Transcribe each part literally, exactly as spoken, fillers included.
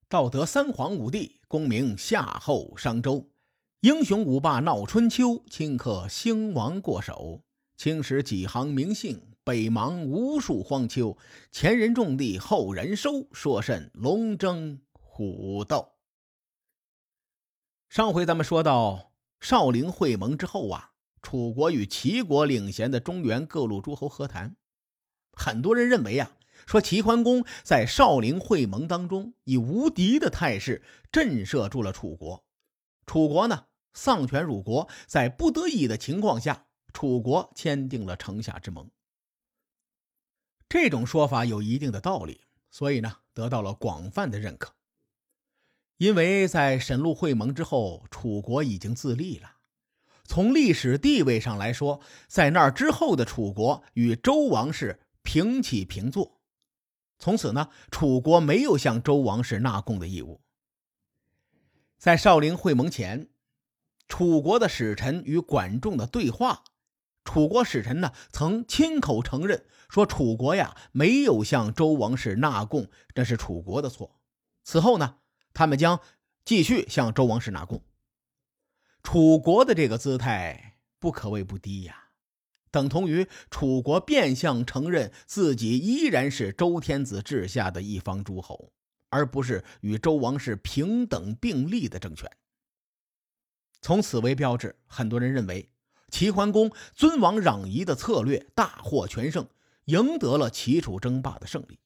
道德三皇五帝，功名夏后商周。英雄五霸闹春秋，顷刻兴亡过手。青史几行名姓，北邙无数荒丘。前人种地，后人收，说甚龙争虎斗。上回咱们说到少陵会盟之后啊，楚国与齐国领衔的中原各路诸侯和谈。很多人认为啊，说齐桓公在少陵会盟当中以无敌的态势震慑住了楚国。楚国呢丧权辱国，在不得已的情况下，楚国签订了城下之盟。这种说法有一定的道理，所以呢得到了广泛的认可。因为在沈陆会盟之后，楚国已经自立了。从历史地位上来说，在那之后的楚国与周王室平起平坐。从此呢，楚国没有向周王室纳贡的义务。在少陵会盟前，楚国的使臣与管仲的对话，楚国使臣呢曾亲口承认说，楚国呀没有向周王室纳贡，这是楚国的错。此后呢，他们将继续向周王室纳贡。楚国的这个姿态不可谓不低呀，等同于楚国变相承认自己依然是周天子治下的一方诸侯，而不是与周王室平等并立的政权。从此为标志，很多人认为齐桓公尊王攘夷的策略大获全胜，赢得了齐楚争霸的胜利。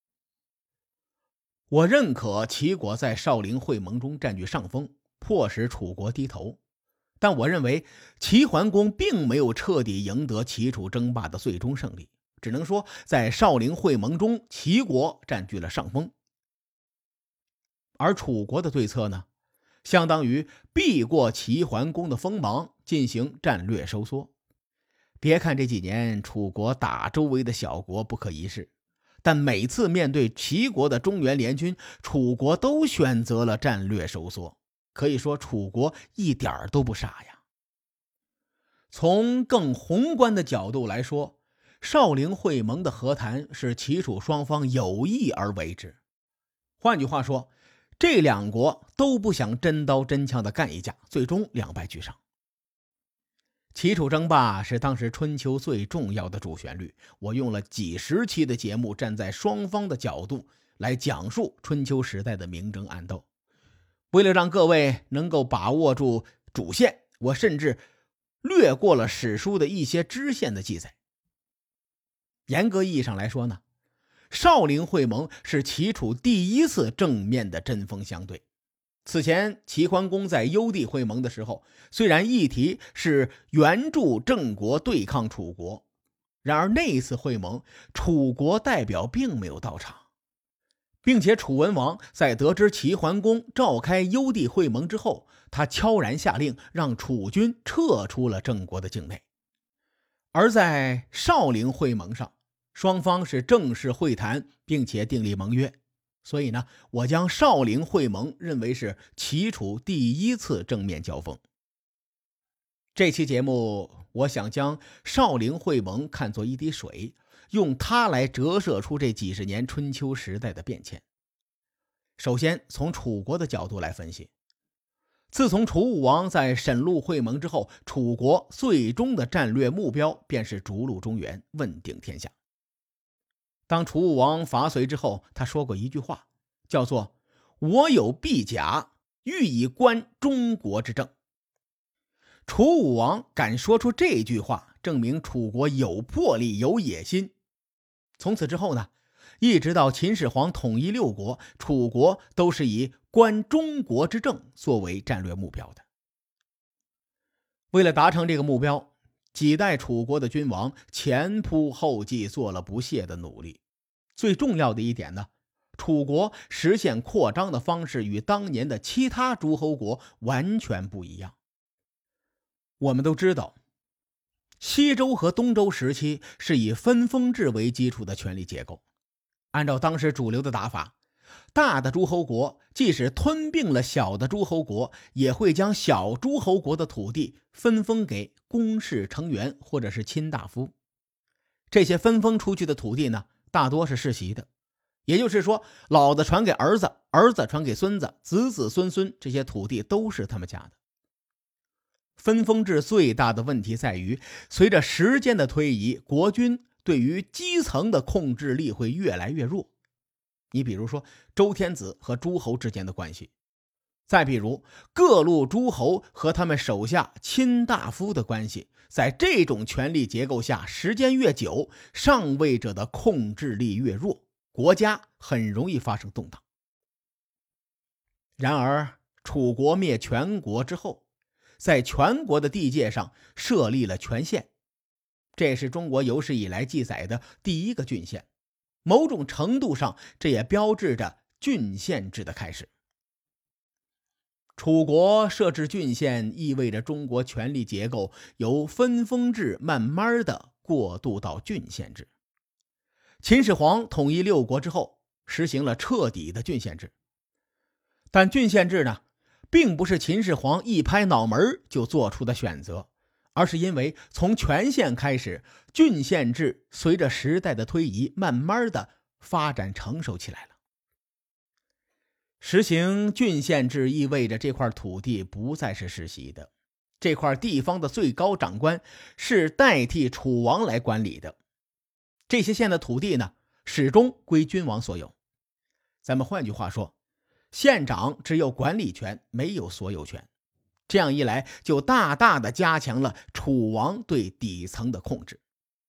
我认可齐国在少陵会盟中占据上风，迫使楚国低头，但我认为齐桓公并没有彻底赢得齐楚争霸的最终胜利，只能说在少陵会盟中，齐国占据了上风。而楚国的对策呢，相当于避过齐桓公的锋芒，进行战略收缩。别看这几年楚国打周围的小国不可一世，但每次面对齐国的中原联军，楚国都选择了战略收缩。可以说楚国一点都不傻呀。从更宏观的角度来说，少陵会盟的和谈是齐楚双方有意而为之。换句话说，这两国都不想真刀真枪的干一架，最终两败俱伤。齐楚争霸是当时春秋最重要的主旋律，我用了几十期的节目，站在双方的角度来讲述春秋时代的明争暗斗。为了让各位能够把握住主线，我甚至略过了史书的一些支线的记载。严格意义上来说呢，少陵会盟是齐楚第一次正面的针锋相对。此前齐桓公在幽地会盟的时候，虽然议题是援助郑国对抗楚国，然而那一次会盟，楚国代表并没有到场，并且楚文王在得知齐桓公召开幽地会盟之后，他悄然下令让楚军撤出了郑国的境内。而在少陵会盟上，双方是正式会谈并且订立盟约，所以呢，我将少陵会盟认为是齐楚第一次正面交锋。这期节目我想将少陵会盟看作一滴水，用它来折射出这几十年春秋时代的变迁。首先从楚国的角度来分析，自从楚武王在沈陆会盟之后，楚国最终的战略目标便是逐鹿中原，问鼎天下。当楚武王伐隋之后，他说过一句话，叫做我有必甲，欲以观中国之政。楚武王敢说出这句话，证明楚国有魄力有野心。从此之后呢，一直到秦始皇统一六国，楚国都是以观中国之政作为战略目标的。为了达成这个目标，几代楚国的君王前仆后继，做了不懈的努力。最重要的一点呢，楚国实现扩张的方式与当年的其他诸侯国完全不一样。我们都知道，西周和东周时期是以分封制为基础的权力结构。按照当时主流的打法，大的诸侯国即使吞并了小的诸侯国，也会将小诸侯国的土地分封给公室成员或者是卿大夫。这些分封出去的土地呢，大多是世袭的， 也就是说，老子传给儿子，儿子传给孙子，子子孙孙，这些土地都是他们家的。分封制最大的问题在于，随着时间的推移，国君对于基层的控制力会越来越弱。你比如说周天子和诸侯之间的关系，再比如各路诸侯和他们手下卿大夫的关系，在这种权力结构下，时间越久，上位者的控制力越弱，国家很容易发生动荡。然而楚国灭全国之后，在全国的地界上设立了权县，这是中国有史以来记载的第一个郡县。某种程度上，这也标志着郡县制的开始。楚国设置郡县，意味着中国权力结构由分封制慢慢的过渡到郡县制。秦始皇统一六国之后，实行了彻底的郡县制。但郡县制呢，并不是秦始皇一拍脑门就做出的选择，而是因为从权县开始，郡县制随着时代的推移，慢慢的发展成熟起来了。实行郡县制意味着这块土地不再是世袭的，这块地方的最高长官是代替楚王来管理的。这些县的土地呢，始终归君王所有。咱们换句话说，县长只有管理权，没有所有权。这样一来，就大大的加强了楚王对底层的控制。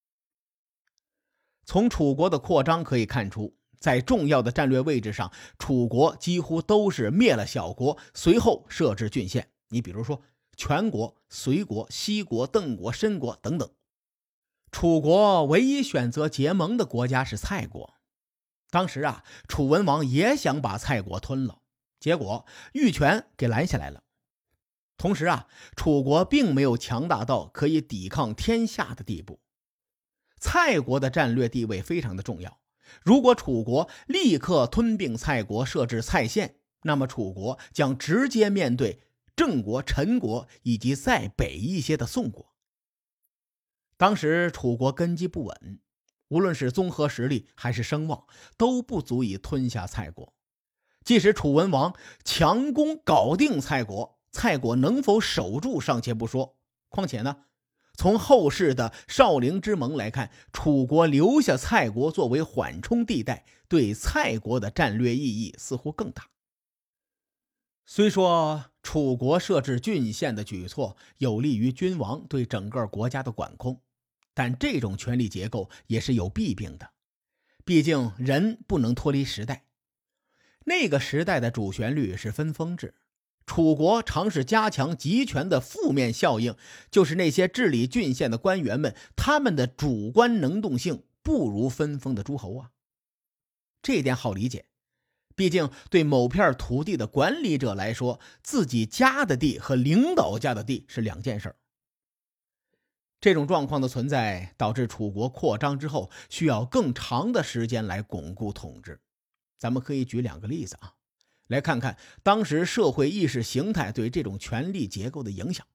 从楚国的扩张可以看出，在重要的战略位置上，楚国几乎都是灭了小国，随后设置郡县。你比如说全国、隋国、西国、邓国、申国等等。楚国唯一选择结盟的国家是蔡国。当时啊，楚文王也想把蔡国吞了，结果玉泉给拦下来了。同时啊，楚国并没有强大到可以抵抗天下的地步。蔡国的战略地位非常的重要，如果楚国立刻吞并蔡国，设置蔡县，那么楚国将直接面对郑国、陈国以及再北一些的宋国。当时楚国根基不稳，无论是综合实力还是声望，都不足以吞下蔡国。即使楚文王强攻搞定蔡国，蔡国能否守住尚且不说，况且呢，从后世的少陵之盟来看，楚国留下蔡国作为缓冲地带，对蔡国的战略意义似乎更大。虽说楚国设置郡县的举措有利于君王对整个国家的管控，但这种权力结构也是有弊病的。毕竟人不能脱离时代，那个时代的主旋律是分封制，楚国尝试加强集权的负面效应，就是那些治理郡县的官员们，他们的主观能动性不如分封的诸侯啊。这一点好理解，毕竟对某片土地的管理者来说，自己家的地和领导家的地是两件事。这种状况的存在，导致楚国扩张之后需要更长的时间来巩固统治。咱们可以举两个例子啊，来看看当时社会意识形态对这种权力结构的影响。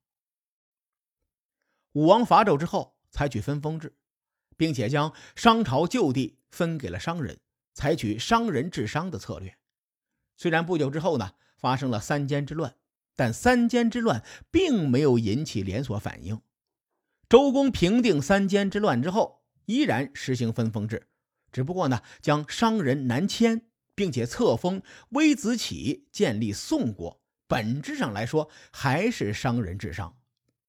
武王伐纣之后，采取分封制，并且将商朝旧地分给了商人，采取商人治商的策略。虽然不久之后呢，发生了三监之乱，但三监之乱并没有引起连锁反应。周公平定三监之乱之后，依然实行分封制，只不过呢，将商人南迁，并且册封微子启，建立宋国，本质上来说还是商人治商。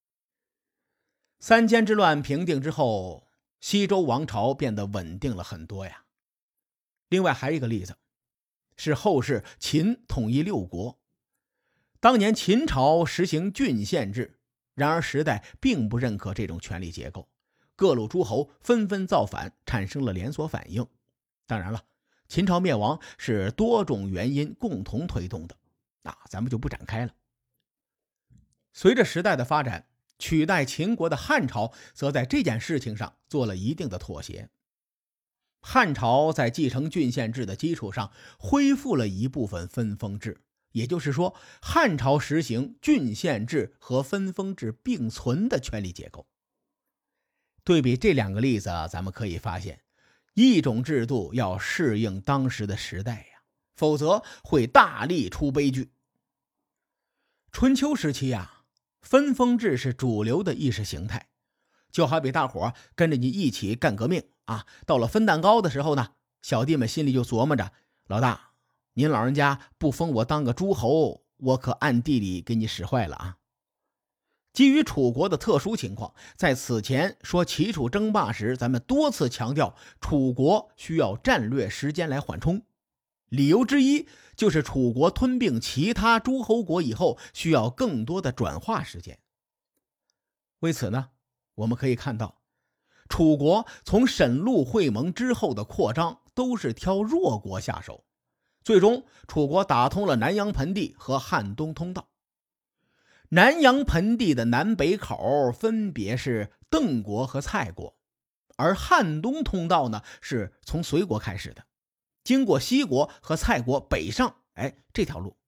三监之乱平定之后，西周王朝变得稳定了很多呀。另外还有一个例子，是后世秦统一六国。当年秦朝实行郡县制，然而时代并不认可这种权力结构，各路诸侯纷纷造反，产生了连锁反应。当然了，秦朝灭亡是多种原因共同推动的，啊，咱们就不展开了。随着时代的发展，取代秦国的汉朝则在这件事情上做了一定的妥协。汉朝在继承郡县制的基础上，恢复了一部分分封制，也就是说，汉朝实行郡县制和分封制并存的权力结构。对比这两个例子，咱们可以发现， 一种制度要适应当时的时代呀，否则会大力出悲剧。春秋时期啊，分封制是主流的意识形态，就好比大伙跟着你一起干革命啊，到了分蛋糕的时候呢，小弟们心里就琢磨着，老大，您老人家不封我当个诸侯，我可暗地里给你使坏了啊。基于楚国的特殊情况，在此前说齐楚争霸时，咱们多次强调楚国需要战略时间来缓冲，理由之一就是楚国吞并其他诸侯国以后需要更多的转化时间。为此呢，我们可以看到楚国从沈陆会盟之后的扩张都是挑弱国下手，最终楚国打通了南阳盆地和汉东通道。南阳盆地的南北口分别是邓国和蔡国，而汉东通道呢是从隋国开始的，经过西国和蔡国北上，哎，这条路。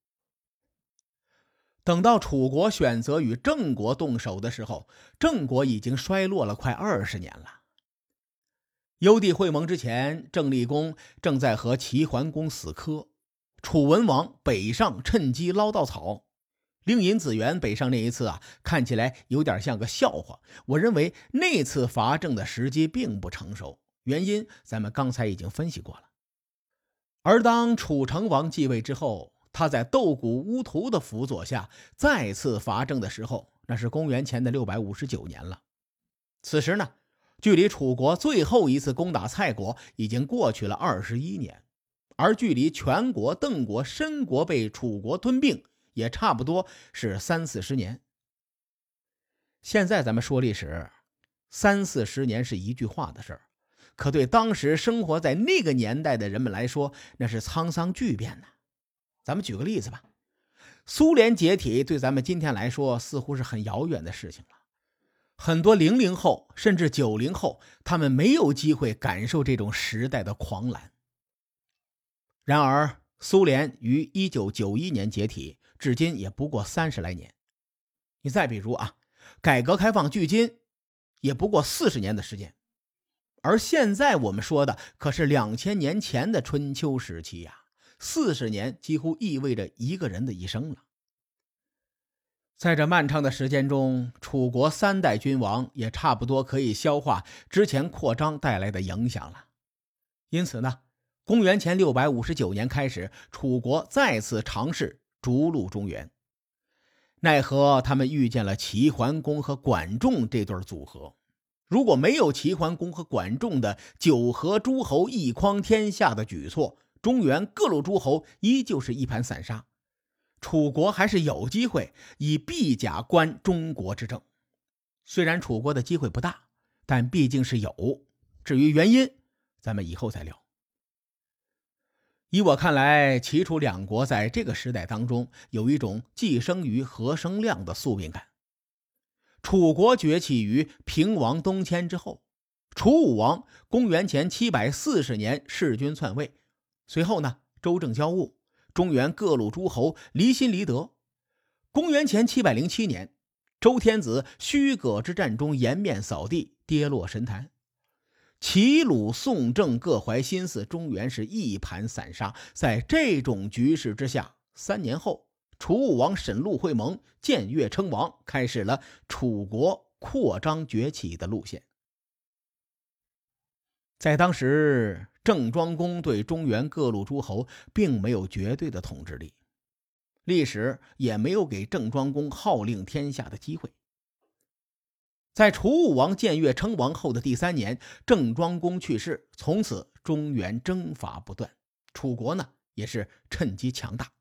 等到楚国选择与郑国动手的时候，郑国已经衰落了快二十年了。幽地会盟之前，郑立公正在和齐桓公死磕，楚文王北上趁机捞稻草。令尹子元北上那一次啊，看起来有点像个笑话。我认为那次伐郑的时机并不成熟，原因咱们刚才已经分析过了。而当楚成王继位之后，他在斗谷乌图的辅佐下再次伐郑的时候，那是公元前的六百五十九年了。此时呢，距离楚国最后一次攻打蔡国已经过去了二十一年，而距离全国邓国、申国被楚国吞并也差不多是三四十年。现在咱们说历史，三四十年是一句话的事儿，可对当时生活在那个年代的人们来说，那是沧桑巨变呢。咱们举个例子吧，苏联解体对咱们今天来说似乎是很遥远的事情了。很多零零后甚至九零后，他们没有机会感受这种时代的狂澜。然而苏联于一九九一年解体，至今也不过三十来年。你再比如啊，改革开放距今也不过四十年的时间。而现在我们说的可是两千年前的春秋时期呀、啊，四十年几乎意味着一个人的一生了。在这漫长的时间中，楚国三代君王也差不多可以消化之前扩张带来的影响了。因此呢，公元前六百五十九年开始，楚国再次尝试逐鹿中原。奈何他们遇见了齐桓公和管仲这对组合。如果没有齐桓公和管仲的九合诸侯一匡天下的举措，中原各路诸侯依旧是一盘散沙，楚国还是有机会以臂甲观中国之政。虽然楚国的机会不大，但毕竟是有。至于原因，咱们以后再聊。以我看来，齐楚两国在这个时代当中有一种寄生于何生亮的宿命感。楚国崛起于平王东迁之后，楚武王公元前七百四十年弑君篡位，随后呢，周郑交恶，中原各路诸侯离心离德。公元前七百零七年，周天子虚葛之战中颜面扫地，跌落神坛。齐鲁宋郑各怀心思，中原是一盘散沙。在这种局势之下，三年后，楚武王沈陆会盟，建越称王，开始了楚国扩张崛起的路线。在当时，郑庄公对中原各路诸侯并没有绝对的统治力，历史也没有给郑庄公号令天下的机会。在楚武王建越称王后的第三年，郑庄公去世，从此中原征伐不断，楚国呢也是趁机强大。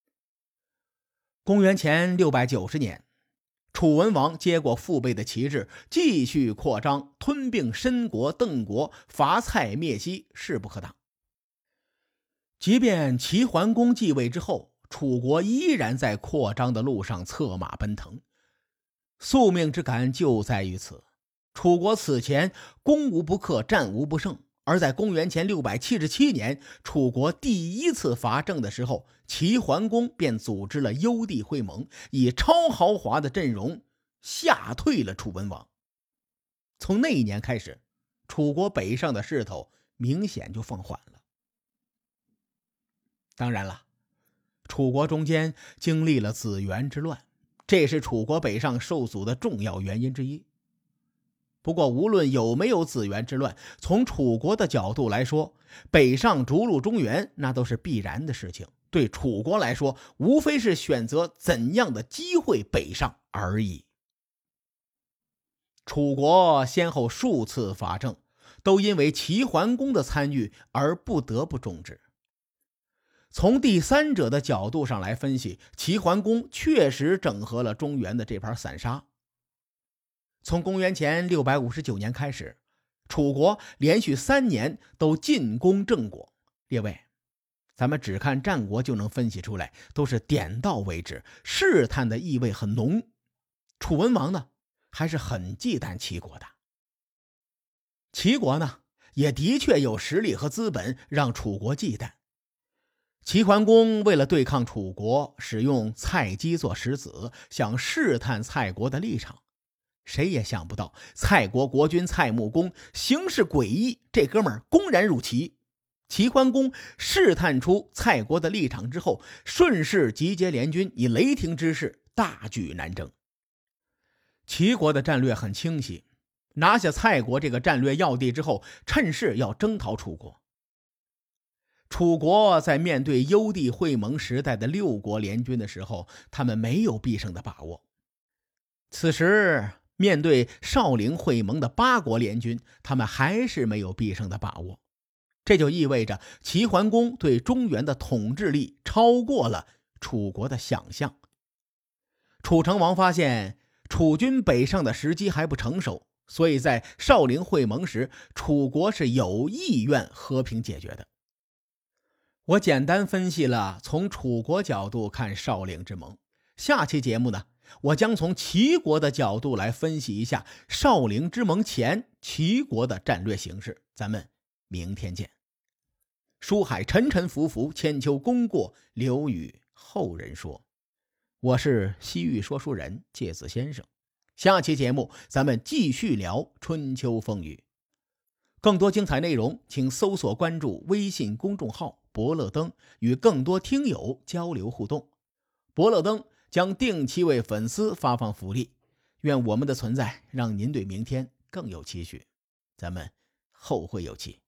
公元前六百九十年，楚文王接过父辈的旗帜，继续扩张，吞并申国、邓国，伐蔡灭西，势不可挡。即便齐桓公继位之后，楚国依然在扩张的路上策马奔腾。宿命之感就在于此，楚国此前攻无不克，战无不胜，而在公元前六百七十七年，楚国第一次伐郑的时候，齐桓公便组织了幽地会盟，以超豪华的阵容吓退了楚文王。从那一年开始， 楚国北上的势头明显就放缓了。当然了，楚国中间经历了子元之乱，这是楚国北上受阻的重要原因之一。不过无论有没有子元之乱，从楚国的角度来说，北上逐鹿中原那都是必然的事情。对楚国来说，无非是选择怎样的机会北上而已。楚国先后数次伐郑，都因为齐桓公的参与而不得不终止。从第三者的角度上来分析，齐桓公确实整合了中原的这盘散沙。从公元前六百五十九年开始，楚国连续三年都进攻郑国。列位，咱们只看战国就能分析出来，都是点到为止，试探的意味很浓。楚文王呢，还是很忌惮齐国的。齐国呢，也的确有实力和资本让楚国忌惮。齐桓公为了对抗楚国，使用蔡姬做石子，想试探蔡国的立场。谁也想不到，蔡国国君蔡穆公行事诡异，这哥们儿公然入齐。齐桓公试探出蔡国的立场之后，顺势集结联军，以雷霆之势大举南征。齐国的战略很清晰，拿下蔡国这个战略要地之后，趁势要征讨楚国。楚国在面对幽地会盟时代的六国联军的时候，他们没有必胜的把握。此时面对少陵会盟的八国联军，他们还是没有必胜的把握。这就意味着齐桓公对中原的统治力超过了楚国的想象。楚成王发现楚军北上的时机还不成熟，所以在少陵会盟时，楚国是有意愿和平解决的。我简单分析了从楚国角度看少陵之盟，下期节目呢，我将从齐国的角度来分析一下少陵之盟前齐国的战略形势。咱们明天见。书海沉沉浮浮，千秋功过留与后人说。我是西域说书人介子先生，下期节目咱们继续聊春秋风雨。更多精彩内容请搜索关注微信公众号伯乐灯，与更多听友交流互动。伯乐灯将定期为粉丝发放福利，愿我们的存在让您对明天更有期许。咱们后会有期。